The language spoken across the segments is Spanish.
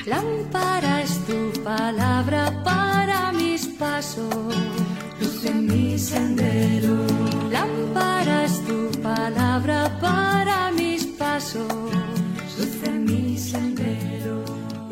Lámpara es tu palabra para mis pasos, luz en mi sendero. Lámpara es tu palabra para mis pasos, luz en mi sendero.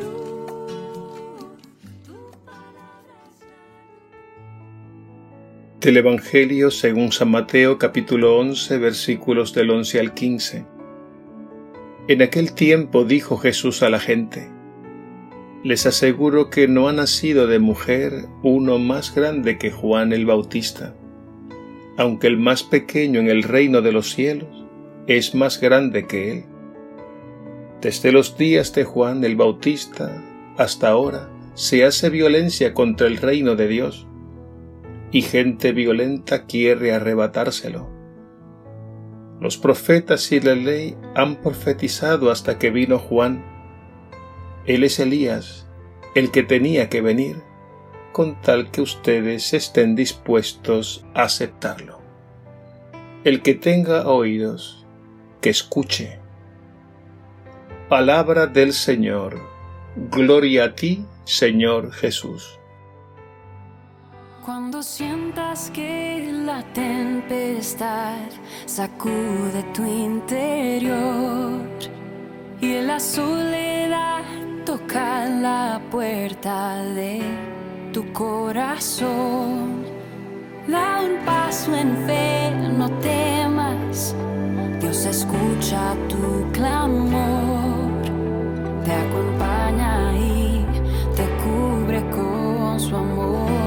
Del Evangelio según San Mateo, capítulo 11, versículos del 11 al 15. En aquel tiempo dijo Jesús a la gente: les aseguro que no ha nacido de mujer uno más grande que Juan el Bautista, aunque el más pequeño en el reino de los cielos es más grande que él. Desde los días de Juan el Bautista hasta ahora se hace violencia contra el reino de Dios, y gente violenta quiere arrebatárselo. Los profetas y la ley han profetizado hasta que vino Juan. Él es Elías, el que tenía que venir, con tal que ustedes estén dispuestos a aceptarlo. El que tenga oídos, que escuche. Palabra del Señor. Gloria a ti, Señor Jesús. Cuando sientas que la tempestad sacude tu interior y la soledad toca la puerta de tu corazón, da un paso en fe, no temas, Dios escucha tu clamor, te acompaña y te cubre con su amor.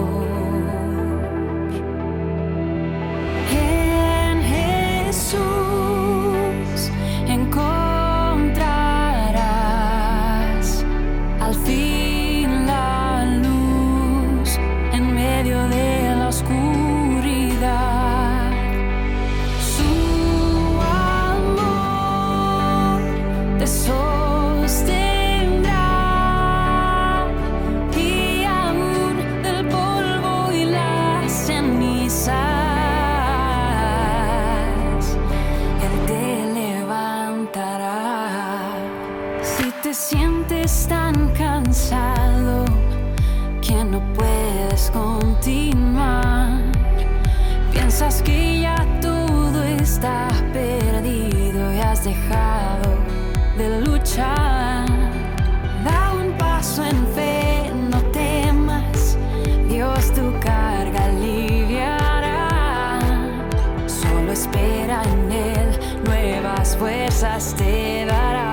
Sientes tan cansado que no puedes continuar, piensas que ya todo está perdido y has dejado de luchar, da un paso en fe, no temas, Dios tu carga aliviará, solo espera en Él, nuevas fuerzas te dará.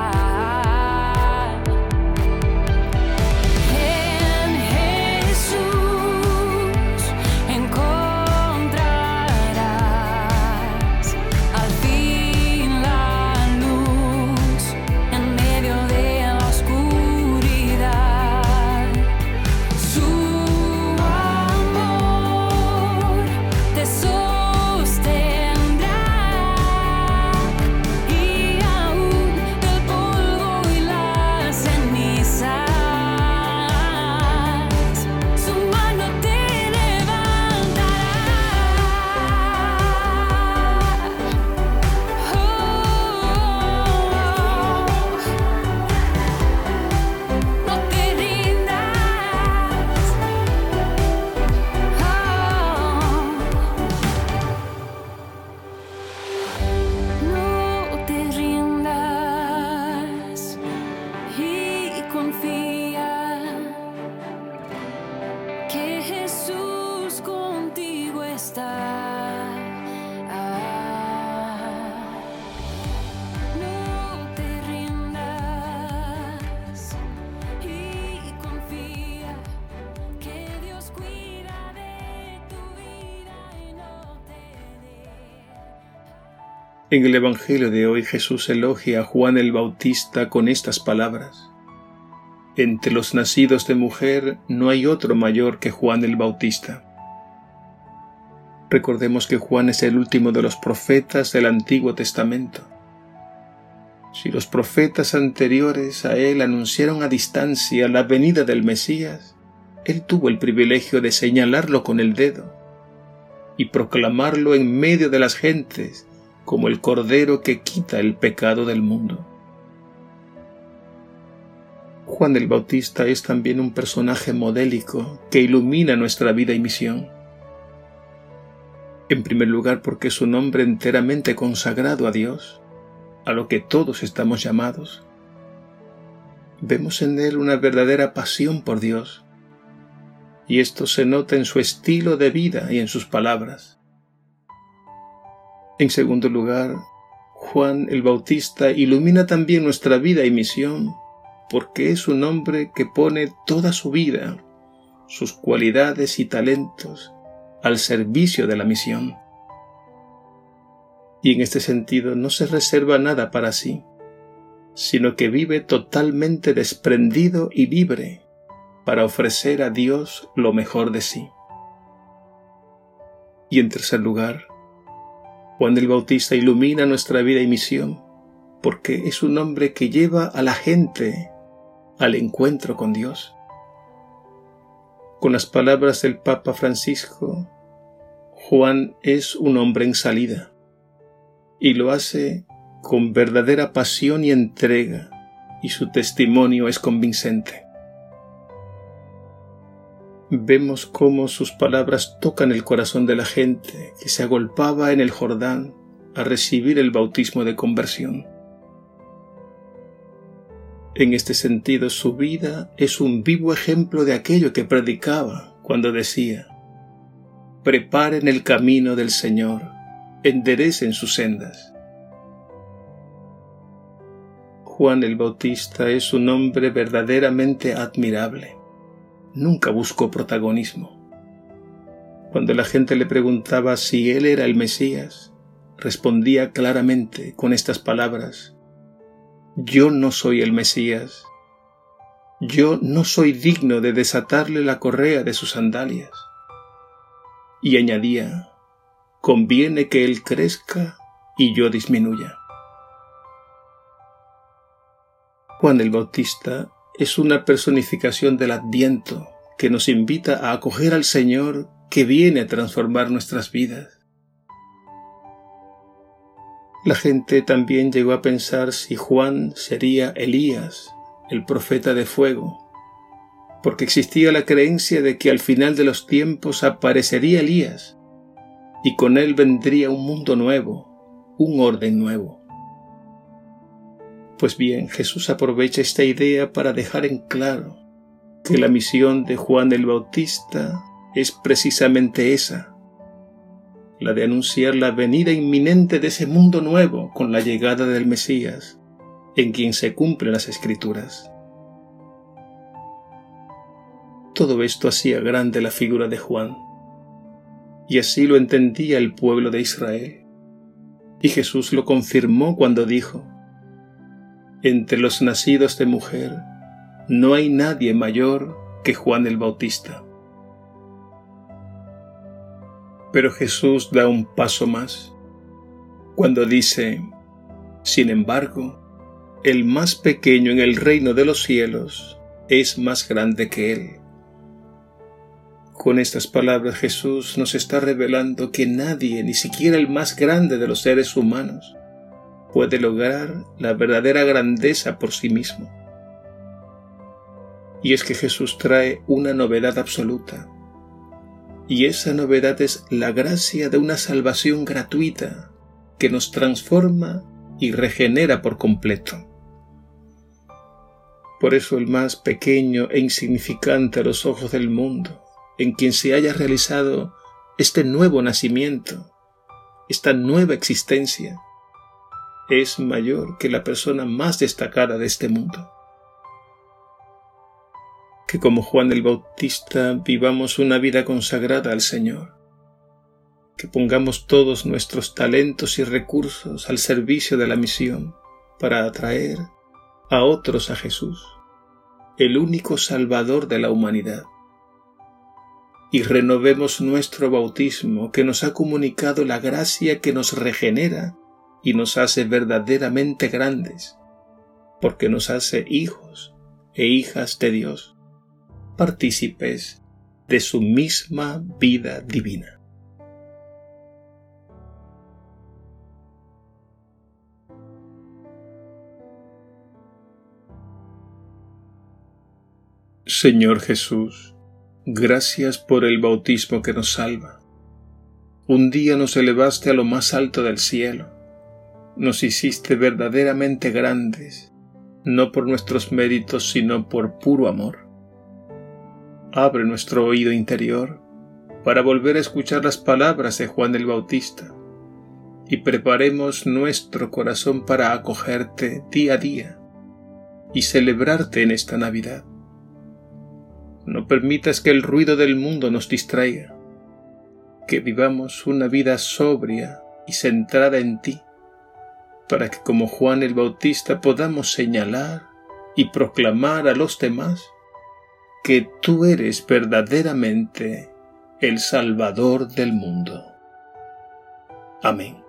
En el Evangelio de hoy Jesús elogia a Juan el Bautista con estas palabras: entre los nacidos de mujer no hay otro mayor que Juan el Bautista. Recordemos que Juan es el último de los profetas del Antiguo Testamento. Si los profetas anteriores a él anunciaron a distancia la venida del Mesías, él tuvo el privilegio de señalarlo con el dedo y proclamarlo en medio de las gentes como el Cordero que quita el pecado del mundo. Juan el Bautista es también un personaje modélico que ilumina nuestra vida y misión. En primer lugar, porque es un hombre enteramente consagrado a Dios, a lo que todos estamos llamados. Vemos en él una verdadera pasión por Dios, y esto se nota en su estilo de vida y en sus palabras. En segundo lugar, Juan el Bautista ilumina también nuestra vida y misión, porque es un hombre que pone toda su vida, sus cualidades y talentos, al servicio de la misión. Y en este sentido no se reserva nada para sí, sino que vive totalmente desprendido y libre para ofrecer a Dios lo mejor de sí. Y en tercer lugar, Juan el Bautista ilumina nuestra vida y misión porque es un hombre que lleva a la gente al encuentro con Dios. Con las palabras del Papa Francisco, Juan es un hombre en salida y lo hace con verdadera pasión y entrega, y su testimonio es convincente. Vemos cómo sus palabras tocan el corazón de la gente que se agolpaba en el Jordán a recibir el bautismo de conversión. En este sentido, su vida es un vivo ejemplo de aquello que predicaba cuando decía: «Preparen el camino del Señor, enderecen sus sendas». Juan el Bautista es un hombre verdaderamente admirable. Nunca buscó protagonismo. Cuando la gente le preguntaba si él era el Mesías, respondía claramente con estas palabras: «Yo no soy el Mesías. Yo no soy digno de desatarle la correa de sus sandalias». Y añadía: «Conviene que él crezca y yo disminuya». Juan el Bautista es una personificación del Adviento que nos invita a acoger al Señor que viene a transformar nuestras vidas. La gente también llegó a pensar si Juan sería Elías, el profeta de fuego, porque existía la creencia de que al final de los tiempos aparecería Elías y con él vendría un mundo nuevo, un orden nuevo. Pues bien, Jesús aprovecha esta idea para dejar en claro que la misión de Juan el Bautista es precisamente esa, la de anunciar la venida inminente de ese mundo nuevo con la llegada del Mesías, en quien se cumplen las Escrituras. Todo esto hacía grande la figura de Juan, y así lo entendía el pueblo de Israel, y Jesús lo confirmó cuando dijo: «Entre los nacidos de mujer no hay nadie mayor que Juan el Bautista». Pero Jesús da un paso más, cuando dice: «Sin embargo, el más pequeño en el reino de los cielos es más grande que él». Con estas palabras Jesús nos está revelando que nadie, ni siquiera el más grande de los seres humanos, puede lograr la verdadera grandeza por sí mismo. Y es que Jesús trae una novedad absoluta, y esa novedad es la gracia de una salvación gratuita que nos transforma y regenera por completo. Por eso el más pequeño e insignificante a los ojos del mundo, en quien se haya realizado este nuevo nacimiento, esta nueva existencia, es mayor que la persona más destacada de este mundo. Que como Juan el Bautista vivamos una vida consagrada al Señor, que pongamos todos nuestros talentos y recursos al servicio de la misión para atraer a otros a Jesús, el único Salvador de la humanidad. Y renovemos nuestro bautismo que nos ha comunicado la gracia que nos regenera y nos hace verdaderamente grandes, porque nos hace hijos e hijas de Dios, partícipes de su misma vida divina. Señor Jesús, gracias por el bautismo que nos salva. Un día nos elevaste a lo más alto del cielo. Nos hiciste verdaderamente grandes, no por nuestros méritos, sino por puro amor. Abre nuestro oído interior para volver a escuchar las palabras de Juan el Bautista y preparemos nuestro corazón para acogerte día a día y celebrarte en esta Navidad. No permitas que el ruido del mundo nos distraiga, que vivamos una vida sobria y centrada en ti, para que como Juan el Bautista podamos señalar y proclamar a los demás que tú eres verdaderamente el Salvador del mundo. Amén.